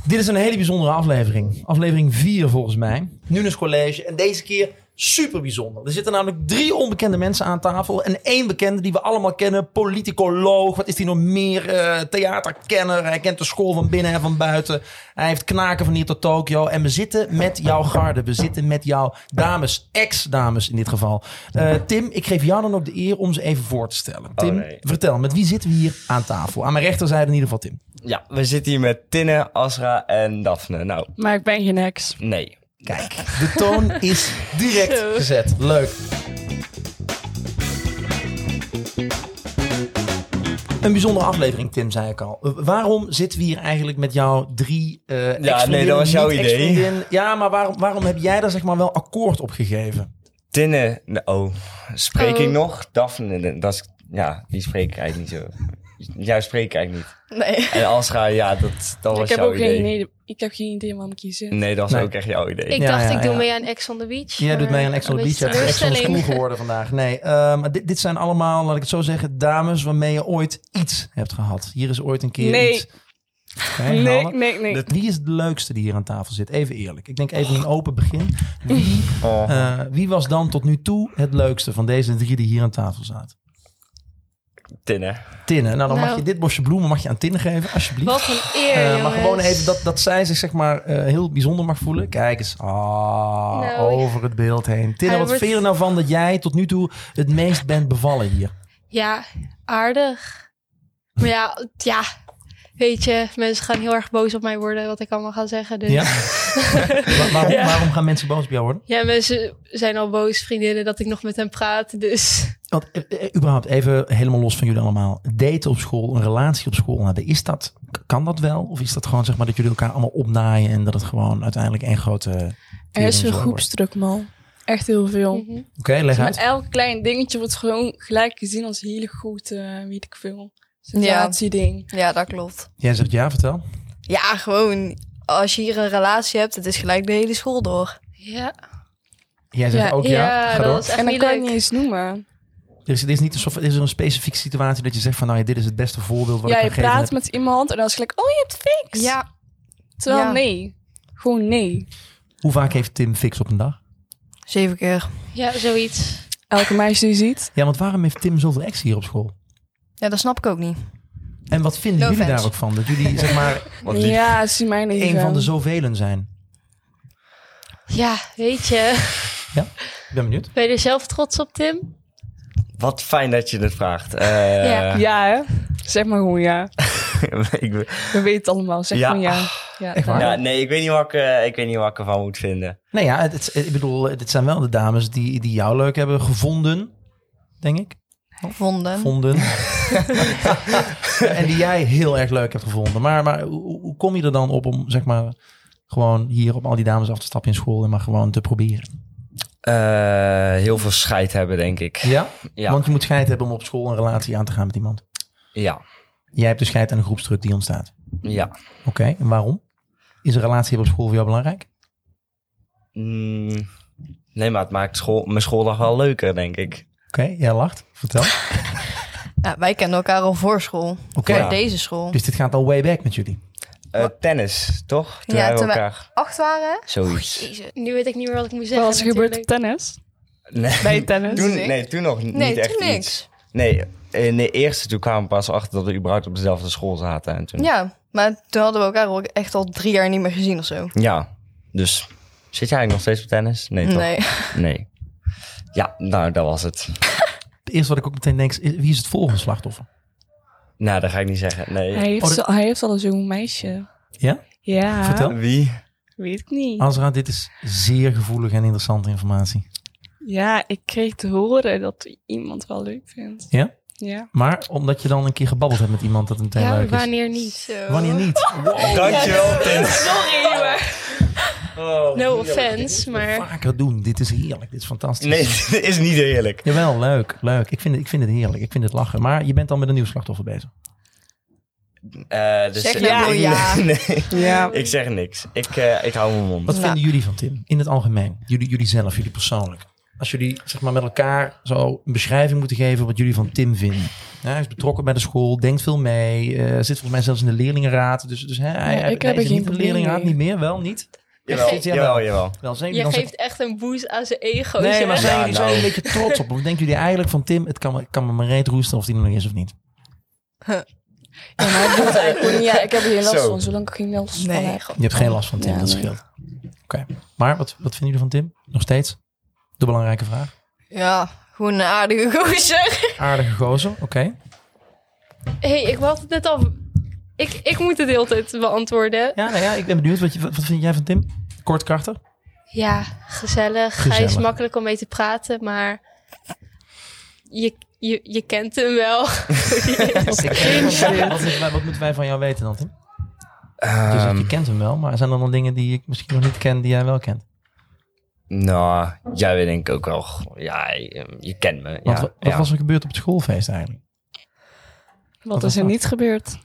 Dit is een hele bijzondere aflevering. Aflevering 4 volgens mij. Nunes College. En deze keer super bijzonder. Er zitten namelijk 3 onbekende mensen aan tafel. En 1 bekende die we allemaal kennen. Politicoloog. Wat is hij nog meer? Theaterkenner. Hij kent de school van binnen en van buiten. Hij heeft knaken van hier tot Tokio. En we zitten met jouw garde. We zitten met jouw dames. Ex-dames in dit geval. Tim, ik geef jou dan ook de eer om ze even voor te stellen. Tim, vertel. Met wie zitten we hier aan tafel? Aan mijn rechterzijde in ieder geval Tim. Ja, we zitten hier met Tinne, Asra en Daphne. Nou, Maar ik ben geen ex. nee. Kijk, de toon is direct gezet. Leuk. Een bijzondere aflevering, Tim, zei ik al. Waarom zitten we hier eigenlijk met jouw 3 ex-vriendinnen? Nee, dat was jouw idee. Ja, maar waarom heb jij daar zeg maar wel akkoord op gegeven? Tinne, spreek ik nog? Daphne, die spreek ik eigenlijk niet zo. Jij spreekt eigenlijk niet. Nee. En Asra, ja, dat was jouw idee. Ik heb geen idee waarom ik hier zit. Nee, dat was ook echt jouw idee. Ik dacht, ik doe mee aan Ex on the Beach. Jij doet mee aan Ex on the Beach. Je bent Ex on the School geworden vandaag. Nee, maar dit zijn allemaal, laat ik het zo zeggen, dames waarmee je ooit iets hebt gehad. Hier is ooit een keer iets. Okay, Nee. Wie is de leukste die hier aan tafel zit? Even eerlijk. Ik denk even een open begin. Wie was dan tot nu toe het leukste van deze 3 die hier aan tafel zaten? Tinne. Nou, dan mag je dit bosje bloemen aan Tinne geven, alsjeblieft. Wat een eer, maar gewoon even dat zij zich zeg maar heel bijzonder mag voelen. Kijk eens, over het beeld heen. Tinne, wat vind je er nou van dat jij tot nu toe het meest bent bevallen hier? Ja, aardig. Maar ja, weet je, mensen gaan heel erg boos op mij worden, wat ik allemaal ga zeggen. Dus. Ja? Waarom gaan mensen boos op jou worden? Ja, mensen zijn al boos, vriendinnen, dat ik nog met hen praat, dus... Want überhaupt even helemaal los van jullie allemaal. Daten op school, een relatie op school hebben. Kan dat wel? Of is dat gewoon zeg maar dat jullie elkaar allemaal opnaaien en dat het gewoon uiteindelijk één grote... Er is een groepsdruk, man. Echt heel veel. Mm-hmm. Oké, leg uit. Elk klein dingetje wordt gewoon gelijk gezien als hele grote, weet ik veel, situatieding. Ja, dat klopt. Jij zegt ja, vertel. Ja, gewoon, als je hier een relatie hebt, het is gelijk de hele school door. Ja. Jij zegt ook ja, ga door. Dat is echt en dan niet kan je leuk. niet eens noemen. Er is niet is er een specifieke situatie dat je zegt van nou ja, dit is het beste voorbeeld wat ik kan je geven. praat met iemand en dan is het gelijk, je hebt fix. Ja. Terwijl nee. Gewoon nee. Hoe vaak heeft Tim fix op een dag? 7 keer. Ja, zoiets. Elke meisje die je ziet. Ja, want waarom heeft Tim zoveel ex hier op school? Ja, dat snap ik ook niet. En wat vinden jullie daar ook van? Dat jullie zeg maar zie mij niet een van de zoveel zijn. Ja, weet je. Ja, ik ben benieuwd. Ben je er zelf trots op, Tim? Wat fijn dat je dit vraagt. Ja, hè? Zeg maar gewoon ja. We weten het allemaal. Zeg gewoon ja. Echt waar? Ja, nee, ik weet niet wat ik ervan moet vinden. Nee, ja, ik bedoel, dit zijn wel de dames die jou leuk hebben gevonden, denk ik. Vonden. En die jij heel erg leuk hebt gevonden. Maar hoe kom je er dan op om, zeg maar, gewoon hier op al die dames af te stappen in school en maar gewoon te proberen? Heel veel scheid hebben, denk ik. Ja? Want je moet scheid hebben om op school een relatie aan te gaan met iemand. Ja. Jij hebt de scheid aan de groepsdruk die ontstaat. Ja. Oké, en waarom? Is een relatie hebben op school voor jou belangrijk? Nee, maar het maakt mijn schooldag wel leuker, denk ik. Jij lacht. Vertel. Ja, wij kennen elkaar al voor school. Voor deze school. Dus dit gaat al way back met jullie? Tennis, toch? Toen we 8 waren. Zoiets. Nu weet ik niet meer wat ik moet zeggen. Wat is er gebeurd op tennis? Nee. Bij tennis? Toen nog niet echt toen iets. Niks. Nee, in de eerste toen kwamen we pas achter dat we überhaupt op dezelfde school zaten. En toen... Ja, maar toen hadden we elkaar ook echt al 3 jaar niet meer gezien of zo. Ja, dus zit jij eigenlijk nog steeds op tennis? Nee, toch? Nee. Ja, nou, dat was het. Het eerste wat ik ook meteen denk is, wie is het volgende slachtoffer? Nou, dat ga ik niet zeggen, nee. Hij heeft al zo'n meisje. Ja? Ja. Vertel. Wie? Weet ik niet. Azra, dit is zeer gevoelig en interessante informatie. Ja, ik kreeg te horen dat iemand wel leuk vindt. Ja? Ja. Maar omdat je dan een keer gebabbeld hebt met iemand dat het meteen leuk is. Wanneer niet? Zo. Wanneer niet? Wow. Dankjewel, Tim. Sorry, maar... No offense, maar... Vaker doen. Dit is heerlijk. Dit is fantastisch. Nee, dit is niet heerlijk. Jawel, leuk. Ik vind het heerlijk. Ik vind het lachen. Maar je bent dan met een nieuw slachtoffer bezig. Dus zeg nou ja. Nee, ja. Ik zeg niks. Ik hou mijn mond. Wat vinden jullie van Tim? In het algemeen. Jullie zelf, jullie persoonlijk. als jullie zeg maar met elkaar zo een beschrijving moeten geven wat jullie van Tim vinden. Ja, hij is betrokken bij de school, denkt veel mee, zit volgens mij zelfs in de leerlingenraad. Dus hij ik heb er zit geen niet in de leerlingenraad, probleem niet meer, wel niet. Jawel. Wel, zijn jullie Je dan geeft echt een boost aan zijn ego. nee, maar zijn jullie nou. een beetje trots op? Of denken jullie eigenlijk van Tim, het kan me maar reet roesten of die er nog is of niet? Ja, maar het doet eigenlijk niet. Ja, ik heb er geen last Zo. van, zolang ik geen last van Nee. heb. Je hebt geen last van Tim, Ja, dat nee. scheelt. Oké. Maar wat vinden jullie van Tim? Nog steeds? De belangrijke vraag. Ja, gewoon een aardige gozer. Aardige gozer, oké. Hey, ik had het net al... Ik moet het de hele tijd beantwoorden. Ja, nou ja, ik ben benieuwd. Wat vind jij van Tim? Kort, krachtig? Ja, gezellig. Hij is makkelijk om mee te praten, maar je kent hem wel. Wat moeten wij van jou weten dan, Tim? Dus je kent hem wel, maar zijn er dan dingen die ik misschien nog niet ken, die jij wel kent? Nou, jij weet denk ik ook wel. Ja, je kent me. Wat was er gebeurd op het schoolfeest eigenlijk? Wat was is er dat? niet gebeurd?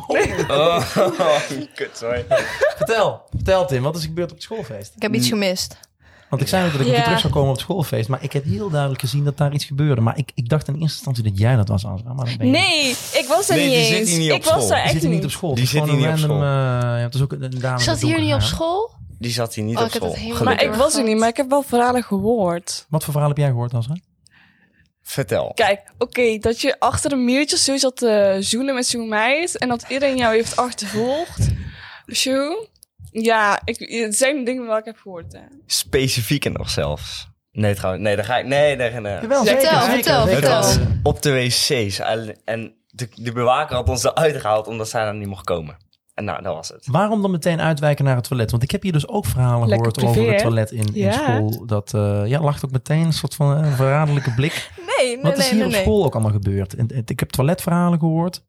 Kut, sorry. Vertel Tim, wat is er gebeurd op het schoolfeest? Ik heb iets gemist. Want ik zei net dat ik Ja. weer terug zou komen op het schoolfeest, maar ik heb heel duidelijk gezien dat daar iets gebeurde. Maar ik dacht in eerste instantie dat jij dat was, Azra. Maar dat ben je niet. Nee, ik was er Nee, niet die zit eens. hier niet op Ik was school. daar Die echt zit hier niet niet. op school. Die Het is zit gewoon hier niet op een school. random, het is ook een dame Zat met hij hier niet op donker haar. school? Die zat hier niet Oh, op ik heb school. het helemaal Maar Gelukkig. ik was er niet, maar ik heb wel verhalen gehoord. Wat voor verhaal heb jij gehoord, Azra? Vertel. Kijk, oké, dat je achter een muurtje zo zat te zoenen met zo'n meid en dat iedereen jou heeft achtervolgd. Zo. Ja, het zijn dingen waar ik heb gehoord. Hè. Specifieker nog zelfs. Nee, trouwens. Nee, daar ga ik... Nee. Jawel, Vertel. Op de wc's. En de bewaker had ons eruit gehaald omdat zij dan niet mocht komen. En nou, dat was het. Waarom dan meteen uitwijken naar het toilet? Want ik heb hier dus ook verhalen Lekker gehoord over privé, het hè? toilet in Ja. school. Dat lacht ook meteen een soort van verraderlijke blik. Nee, Wat is hier op school ook allemaal gebeurd? Ik heb toiletverhalen gehoord.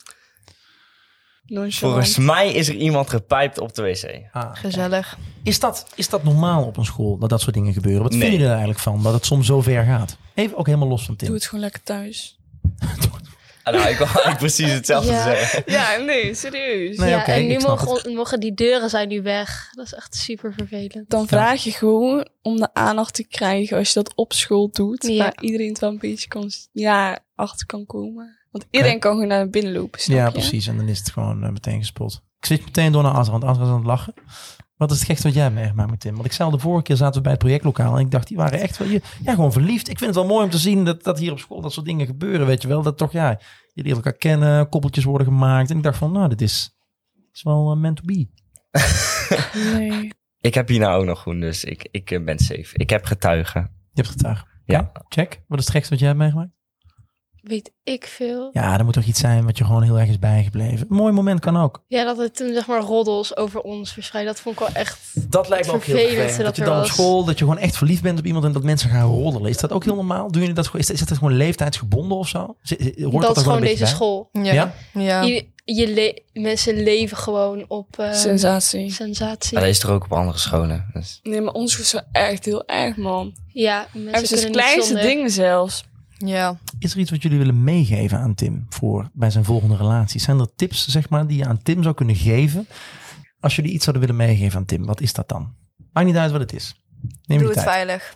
Volgens mij is er iemand gepijpt op de wc. Gezellig. Is dat normaal op een school, dat dat soort dingen gebeuren? Wat Nee. vinden jullie er eigenlijk van, dat het soms zo ver gaat? Even ook helemaal los van Tim. Doe het gewoon lekker thuis. Nou, ik wou eigenlijk precies hetzelfde Ja. zeggen. Ja, nee, serieus. Nee, ja, oké, en nu ik snap mogen die deuren zijn nu weg. Dat is echt super vervelend. Dan vraag je gewoon om de aandacht te krijgen als je dat op school doet. Ja. Waar iedereen het wel een beetje achter kan komen. Want iedereen kan gewoon naar binnen lopen, snap Ja, je? precies. En dan is het gewoon meteen gespot. Ik zit meteen door naar Azra, want Azra is aan het lachen. Wat is het gekste wat jij hebt meegemaakt met Tim? Want ik zei al, de vorige keer zaten we bij het projectlokaal en ik dacht, die waren echt wel, gewoon verliefd. Ik vind het wel mooi om te zien dat hier op school dat soort dingen gebeuren, weet je wel. Dat toch, jullie elkaar kennen, koppeltjes worden gemaakt. En ik dacht van, nou, dit is wel meant to be. Nee. Ik heb hier nou ook nog groen, dus ik ben safe. Ik heb getuigen. Je hebt getuigen. Ja. Oké, check. Wat is het gekste wat jij hebt meegemaakt? Weet ik veel. Ja, er moet toch iets zijn wat je gewoon heel erg is bijgebleven. Een mooi moment kan ook. Ja, dat het toen zeg maar roddels over ons verspreidde. Dat vond ik wel echt... Dat lijkt me ook heel Vervelend vervelend. Dat dat je er dan op was. school, dat je gewoon echt verliefd bent op iemand en dat mensen gaan roddelen. Is dat ook heel normaal? Doen jullie dat gewoon? Is dat gewoon leeftijdsgebonden of zo? Hoort Dat er is wel gewoon een beetje deze bij? school. Ja? Ja. Mensen leven gewoon op Sensatie. sensatie. Maar dat is er ook op andere scholen. Dus. Nee, maar ons was wel echt heel erg, man. Ja, Er mensen zijn de kunnen kleinste niet zonder. dingen zelfs. Ja. Is er iets wat jullie willen meegeven aan Tim bij zijn volgende relatie? Zijn er tips, zeg maar, die je aan Tim zou kunnen geven? Als jullie iets zouden willen meegeven aan Tim, wat is dat dan? Maakt niet uit wat het is. Neem Doe je het tijd. veilig.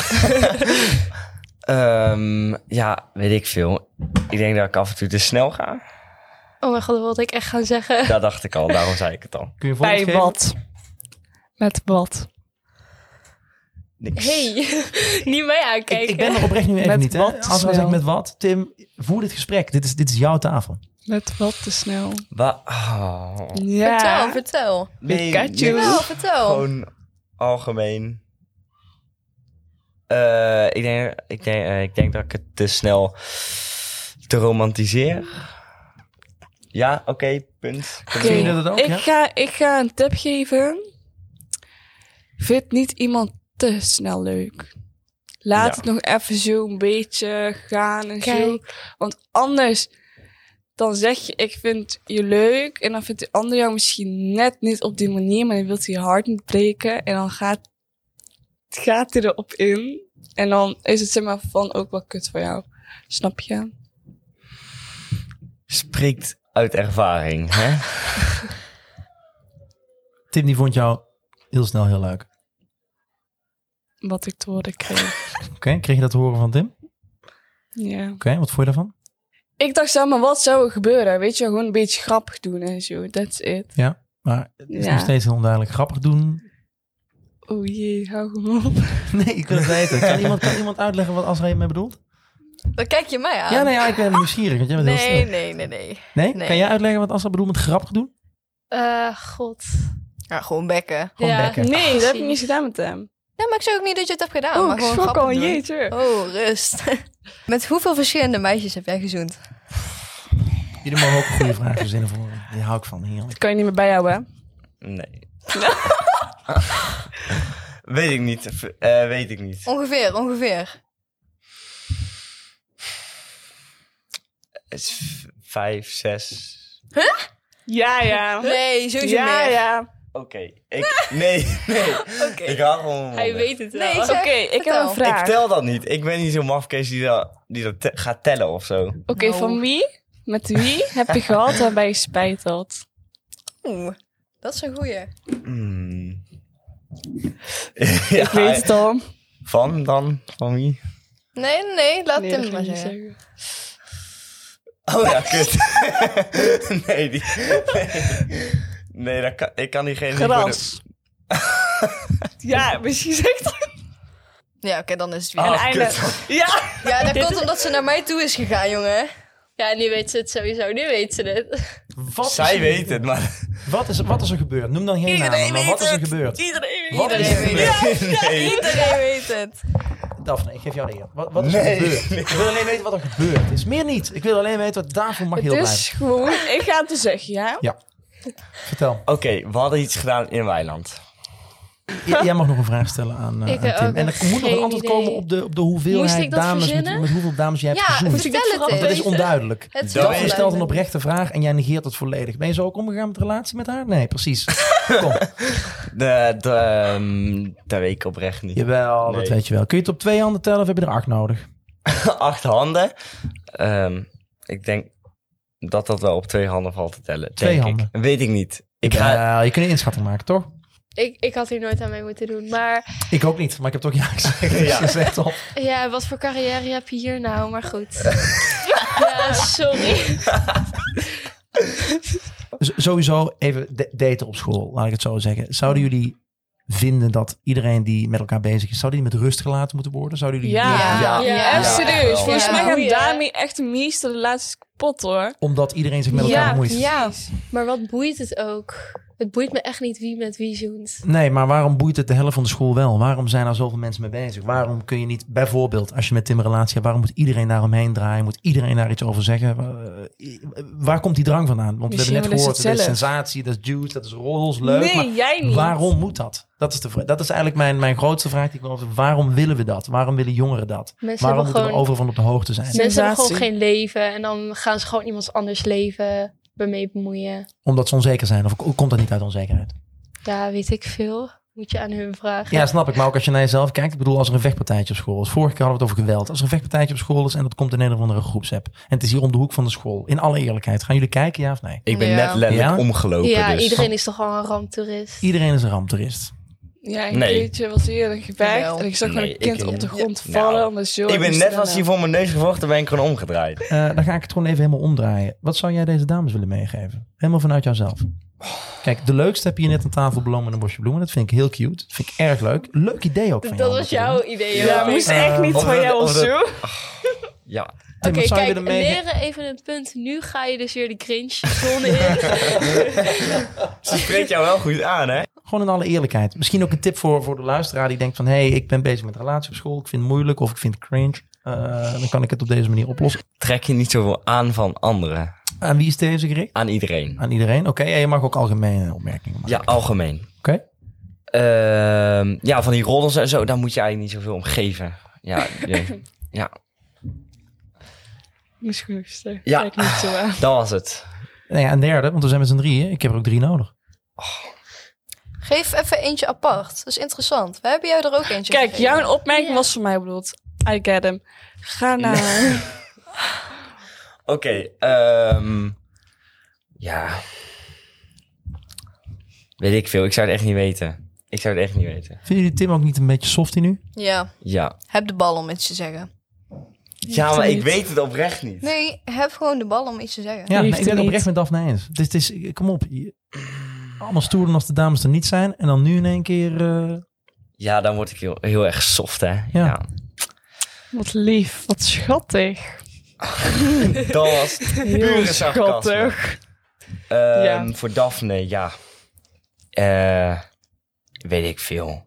Ja, weet ik veel. Ik denk dat ik af en toe te snel ga. Oh mijn god, dat wilde ik echt gaan zeggen. Dat dacht ik al, daarom zei ik het al. Kun je een voorbeeld Bij geven? wat? Met wat? Niks. Hey, niet mij aankijken. Ik ben er oprecht nu even Met niet. Hè? wat Als we snel? zeggen met wat, Tim, voer dit gesprek. Dit is jouw tafel. Met wat te snel. Ja. Vertel. Nee, Pikachu. niks. Vertel. Gewoon algemeen. Ik denk dat ik het te snel te romantiseer. Ja, oké, punt. Oké, Vind je dat ook, ik ga een tip geven. Vind niet iemand te snel leuk. Laat Ja. het nog even zo een beetje gaan en zo. Kijk. Want anders dan zeg je, ik vind je leuk. En dan vindt die ander jou misschien net niet op die manier. Maar dan wil hij je hart niet breken. En dan gaat hij erop in. En dan is het zeg maar van ook wel kut voor jou. Snap je? Spreekt uit ervaring, hè? Tim, die vond jou heel snel heel leuk. Wat ik te horen kreeg. Oké, kreeg je dat te horen van Tim? Ja. Oké, wat vond je daarvan? Ik dacht, zeg maar, wat zou er gebeuren? Weet je, gewoon een beetje grappig doen en zo. That's it. Ja, maar het is Ja. nog steeds heel onduidelijk. Grappig doen? Oh jee, hou gewoon op. Nee, ik wil het weten. Kan iemand uitleggen wat Azra mee bedoelt? Dan kijk je mij aan. Ja, nee, ik ben nieuwsgierig. Want jij bent heel nee, stil. nee. Nee? Nee. Kan jij uitleggen wat Azra bedoelt met grappig doen? God. Ja, gewoon bekken. Gewoon bekken. Nee, dat heb ik niet gedaan met hem. Ja, maar ik zeg ook niet dat je het hebt gedaan. Oh, maar ik gewoon schrok al, grappig doen. jeetje. Oh, rust. Met hoeveel verschillende meisjes heb jij gezoend? Jullie mogen ook een goede vraag verzinnen voor me. Die hou ik van, heerlijk. Dat kan je niet meer bijhouden, hè? Nee. Weet ik niet. Ongeveer. Het is 5, 6. Ja. Nee, sowieso meer. Ja. Oké. Nee. Oké. Ik hou gewoon. Hij weet het wel. Nee, Oké, zeg, ik heb vertel. een vraag. Ik tel dat niet. Ik ben niet zo'n mafkees die dat gaat tellen of zo. Oké, Nou. van wie? Met wie heb je gehad waarbij je spijt had? Oeh, dat is een goeie. Ik weet het al. Van wie? Nee, laat Nee, Tim dat ga maar ik niet zeggen. Oh ja, kut. Nee, ik kan diegene niet voor Gras. Ja, misschien zegt dat. Ja, oké, dan is het weer. Oh, En einde. kut. Ja. Ja, dat komt omdat ze naar mij toe is gegaan, jongen. Ja, nu weet ze het sowieso. Nu weet ze het. Zij weet het, maar... Wat is er gebeurd? Noem dan geen namen, maar wat is er gebeurd? Iedereen Wat is er Iedereen weet gebeurd? het. Nee. Iedereen weet het. Daphne, ik geef jou de eer. Wat is er Nee. gebeurd? Ik wil alleen weten wat er gebeurd is. Meer niet. Ik wil alleen weten wat daarvoor mag Het heel is blijven. gewoon... Ik ga het dus zeggen, ja? Ja. Vertel. Oké, we hadden iets gedaan in Weiland. Jij mag nog een vraag stellen aan, Ik aan heb Tim. ook En er moet nog een geen antwoord idee. komen op de hoeveelheid Moest ik dat dames verzinnen? met hoeveel dames jij hebt Ja, gezoend. vertel het Want dat is eens. onduidelijk. Het is Daphne onduidelijk. stelt een oprechte vraag en jij negeert het volledig. Ben je zo ook omgegaan met de relatie met haar? Nee, precies. Kom. De week oprecht niet. Jawel, dat Nee. weet je wel. Kun je het op 2 handen tellen of heb je er 8 nodig? 8 handen. Ik denk dat wel op 2 handen valt te tellen. 2 denk handen. Ik. Weet ik niet. Ik ga... Je kunt een inschatting maken, toch? Ik had hier nooit aan mee moeten doen. Maar Ik ook niet, maar ik heb het ook ja gezegd. Ja. Dus echt op. ja, wat voor carrière heb je hier nou? Maar goed. Ja, sorry. Sowieso even daten op school, laat ik het zo zeggen. Zouden jullie vinden dat iedereen die met elkaar bezig is, zouden die met rust gelaten moeten worden? Zouden jullie Ja. Echt serieus. Ja. Volgens Ja. mij gaan Ja. daarmee echt de meeste relaties kapot, hoor. Omdat iedereen zich met elkaar bemoeit? Ja. Maar wat boeit het ook? Het boeit me echt niet wie met wie zoent. Nee, maar waarom boeit het de helft van de school wel? Waarom zijn er zoveel mensen mee bezig? Waarom kun je niet, bijvoorbeeld, als je met Tim een relatie hebt, waarom moet iedereen daaromheen draaien? Moet iedereen daar iets over zeggen? Waar komt die drang vandaan? Want we Misschien hebben net wel eens gehoord, dat is het zelf. sensatie, dat is juice, dat is roddels, leuk. Nee, maar jij niet. waarom moet dat? Dat is eigenlijk mijn grootste vraag die ik wil over. Waarom willen we dat? Waarom willen jongeren dat? Mensen Waarom hebben moeten we gewoon, overal van op de hoogte zijn? mensen hebben gewoon Sensatie. geen leven. En dan gaan ze gewoon iemands anders leven ermee bemoeien. Omdat ze onzeker zijn? Of komt dat niet uit onzekerheid? Ja, weet ik veel. Moet je aan hun vragen. Ja, snap ik. Maar ook als je naar jezelf kijkt. Ik bedoel, als er een vechtpartijtje op school is. Vorige keer hadden we het over geweld. Als er een vechtpartijtje op school is en dat komt in een of andere groepsapp. En het is hier om de hoek van de school. In alle eerlijkheid. Gaan jullie kijken, ja of nee? Ik ben Ja. net letterlijk Ja? omgelopen. Ja, dus. iedereen is toch al een ramptoerist. Iedereen is een ramptoerist. Ja, een Nee. keertje was hier een gevecht. Jawel. En ik zag gewoon Nee, een kind ik- op de grond Ja. vallen. Nou, Omdat zo Ik ben net als hij voor mijn neus gevochten, ben ik gewoon omgedraaid. Dan ga ik het gewoon even helemaal omdraaien. Wat zou jij deze dames willen meegeven? Helemaal vanuit jouzelf. Kijk, de leukste heb je hier net aan tafel belomen met een bosje bloemen. Dat vind ik heel cute. Dat vind ik erg leuk. Leuk idee ook van jou. Dat was jouw idee. Ja, hoor. moest echt niet Of van dat- jou of of dat- zo. Ja. Tim, Oké, wat zou je kijk, willen meegeven? leren even een punt. Nu ga je dus weer die cringe-zone in. Ze spreekt jou wel goed aan, hè? Gewoon in alle eerlijkheid. Misschien ook een tip voor de luisteraar die denkt van... Hé, ik ben bezig met een relatie op school. Ik vind het moeilijk of ik vind het cringe. Dan kan ik het op deze manier oplossen. Trek je niet zoveel aan van anderen. Aan wie is deze gericht? Aan iedereen. Aan iedereen? Oké, ja, je mag ook algemene opmerkingen maken. Ja, algemeen. Oké. Ja, van die roddels en zo, daar moet je eigenlijk niet zoveel om geven. Ja, ja, Moest genoeg sterk. Ja. Kijk niet zo aan. dat was het. Nou ja, een derde, want we zijn met z'n drieën. Ik heb er ook 3 nodig. Geef even eentje apart. Dat is interessant. We hebben jou er ook eentje Kijk, gegeven. jouw opmerking Ja. was voor mij bedoeld. I get him. Ga naar... Oké, ja. Weet ik veel, ik zou het echt niet weten. Ik zou het echt niet weten. Vinden jullie Tim ook niet een beetje softie nu? Ja, Ja. heb de bal om iets te zeggen. Ja, maar ik weet het oprecht niet. Nee, heb gewoon de bal om iets te zeggen. Ja, nee, Heeft ik ben hij oprecht met Daphne eens. Het is, kom op. Allemaal stoer dan als de dames er niet zijn. En dan nu in één keer... Ja, dan word ik heel erg soft, hè. Ja. Wat lief, wat schattig. Dat was pure sarcasme. Ja. Voor Daphne, ja. Weet ik veel.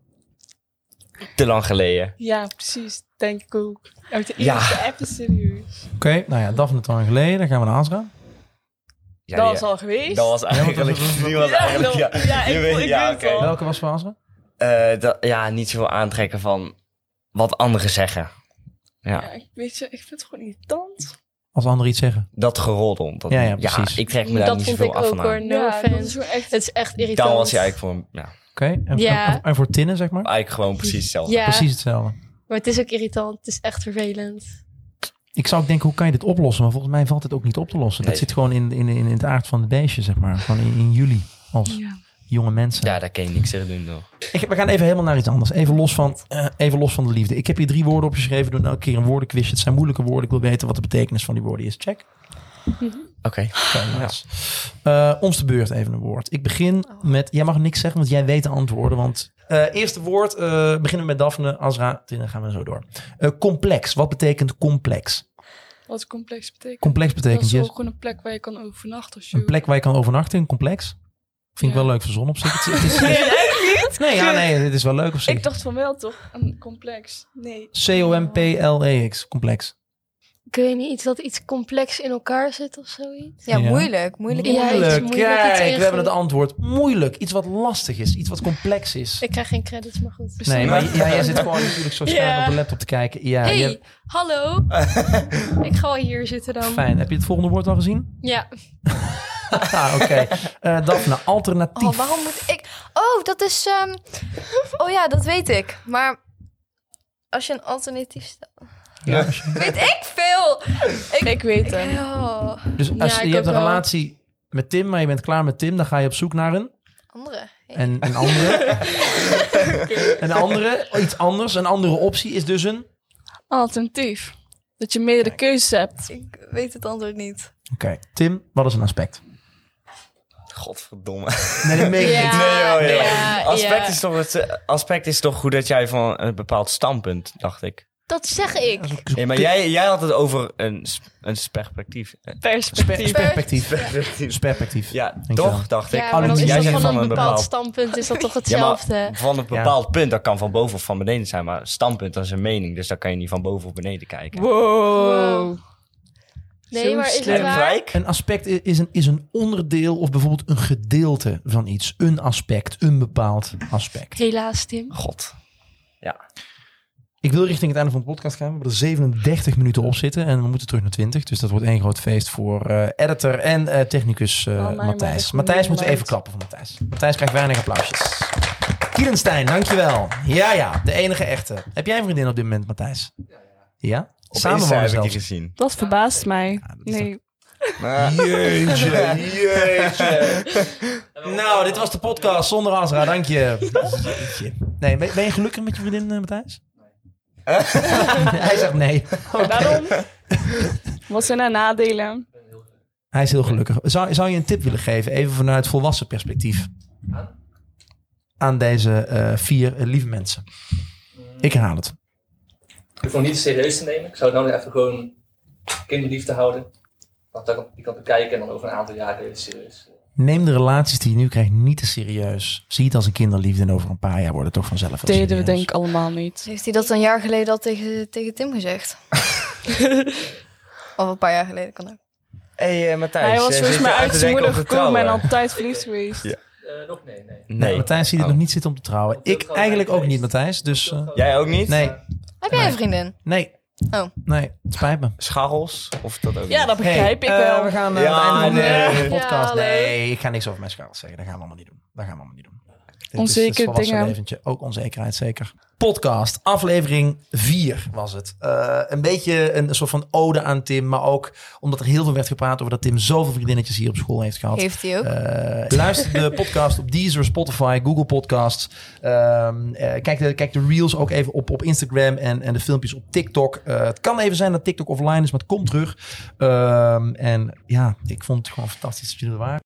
Te lang geleden. Ja, precies. Denk ik ook. Uit de Ja. eerste even serieus. Oké, nou ja, Daphne te lang geleden. Dan gaan we naar Azra. Ja, dat die- was al geweest. Dat was eigenlijk... Die was eigenlijk... Ja, ik je weet- weet ja, het oké. al. Welke was voor Azra? Ja, niet zoveel aantrekken van wat anderen zeggen. Ja, Ja, weet je, ik vind het gewoon irritant. Als anderen iets zeggen. dat geroddel. Dat, Ja, precies. ik trek me daar Dat niet vond zoveel ik af ook van hoor, aan. no ja, dat offense. is gewoon echt... Het is echt irritant. Dan was hij eigenlijk voor... Ja, Oké, Ja. en voor Tinne, zeg maar? eigenlijk gewoon precies hetzelfde. Ja, Precies hetzelfde. maar het is ook irritant. Het is echt vervelend. Ik zou ook denken, hoe kan je dit oplossen? Maar volgens mij valt het ook niet op te lossen. Dat Nee. zit gewoon in het aard van de beestje, zeg maar. Gewoon in jullie als Ja. jonge mensen. Ja, daar kan je niks tegen doen, toch? We gaan even helemaal naar iets anders. Even los van de liefde. Ik heb hier 3 woorden opgeschreven. Doe elke keer een woordenquizje. Het zijn moeilijke woorden. Ik wil weten wat de betekenis van die woorden is. Check. Oké. Ons de beurt even een woord. Ik begin met... Jij mag niks zeggen, want jij weet de antwoorden. Want eerste woord beginnen we met Daphne. Azra, dan gaan we zo door. Complex. Wat betekent complex? Wat complex betekent. Complex Dat betekent is je ook gewoon een plek waar je kan overnachten of zo. een plek waar je kan overnachten. Een complex. Vind ik Ja. wel leuk verzonnen op zich. Het is, nee, dit is wel leuk op zich. Ik dacht van wel toch? Een complex. Nee. COMPLEX. Complex. Ik weet niet, iets dat iets complex in elkaar zit of zoiets. Ja, Ja. moeilijk. Ja, iets Moeilijk. moeilijk, iets Kijk, we hebben het ingewikkeld. antwoord. Moeilijk. Iets wat lastig is. Iets wat complex is. Ik krijg geen credits, maar goed. Nee, maar jij zit gewoon natuurlijk zo schuin Ja. op de laptop te kijken. Ja, Hey, je- hallo. Ik ga wel hier zitten dan. Fijn. Heb je het volgende woord al gezien? Ja. Oké. Daphne, alternatief. Oh, waarom moet ik... Oh, dat is... Oh ja, dat weet ik. Maar als je een alternatief stelt... Ja, als je- Weet ik veel! Ik weet hem. Oh, dus als Ja, ik je hebt ook een wel. relatie met Tim, maar je bent klaar met Tim, dan ga je op zoek naar een andere. en een andere. Een andere, iets anders. Een andere optie is dus een... Alternatief. Dat je meerdere keuzes hebt. Ik weet het antwoord niet. Oké. Tim, wat is een aspect? Godverdomme. Nee, dat meen je Ja. niet. Nee, joh. Ja, Aspect is toch goed dat jij van een bepaald standpunt, dacht ik. Dat zeg ik. Nee, maar jij had het over een perspectief. Perspectief. Perspectief. Ja, Dankjewel. toch, dacht ik. Ja, maar dan Alleen is jij dat zegt van een bepaald standpunt is dat toch Ja, maar hetzelfde? van een bepaald punt, dat kan van boven of van beneden zijn. Maar standpunt, dat is een mening. Dus dan kan je niet van boven of beneden kijken. Wow. Nee, Zo maar is slim. het waar? Gelijk? Een aspect is een onderdeel of bijvoorbeeld een gedeelte van iets. Een aspect, een bepaald aspect. Helaas, Tim. God. Ik wil richting het einde van de podcast gaan. We hebben er 37 minuten op zitten en we moeten terug naar 20. Dus dat wordt één groot feest voor editor en technicus mij maar Matthijs. echt Matthijs moet niet even uit. klappen voor Matthijs. Matthijs krijgt weinig applausjes. Kierenstein, dankjewel. Ja, de enige echte. Heb jij een vriendin op dit moment, Matthijs? Ja? Op Samen Insta wonen heb ik die zelfs. gezien. Dat verbaast mij. dat is Nee. Jeetje. Nou, dit was de podcast zonder Azra, dank je. Jeetje. Nee, ben je gelukkig met je vriendin, Matthijs? Hij zegt nee. Oké. Daarom. Wat zijn de nadelen? Hij is heel gelukkig. Zou je een tip willen geven, even vanuit volwassen perspectief? Aan deze 4 lieve mensen. Ik herhaal het. Ik hoef nog niet te serieus te nemen. Ik zou het nou even gewoon kinderliefde houden. Want dan je kan bekijken en dan over een aantal jaar heel serieus. Neem de relaties die je nu krijgt niet te serieus. Zie het als een kinderliefde en over een paar jaar wordt het toch vanzelf wel Deden we serieus. denk ik allemaal niet. Heeft hij dat een jaar geleden al tegen Tim gezegd? Of een paar jaar geleden kan ook. Hey Matthijs. Hij was zit volgens je mij uit uit te zijn denken moeder om te gekomen en trouwen? altijd verliefd geweest. Ja. Nog nee. Nee. Matthijs ziet het Oh. nog niet zitten om te trouwen. Ik eigenlijk ook niet, Matthijs. Dus Jij ook niet? nee, Heb jij een vriendin? nee. Oh. Nee, het spijt me. Scharrels? Of dat ook Ja, niet? dat begrijp ik wel. We gaan Ja, aan het einde van de nee. podcast. Ja, leuk. Nee, ik ga niks over mijn scharrels zeggen. Dat gaan we allemaal niet doen. Onzekere dingen. Leventje. Ook onzekerheid, zeker. Podcast, aflevering 4 was het. Een beetje een soort van ode aan Tim. Maar ook omdat er heel veel werd gepraat over dat Tim zoveel vriendinnetjes hier op school heeft gehad. Heeft hij ook. Luister de podcast op Deezer, Spotify, Google Podcasts. Kijk de reels ook even op Instagram en de filmpjes op TikTok. Het kan even zijn dat TikTok offline is, maar het komt terug. En ja, ik vond het gewoon fantastisch dat jullie er waren.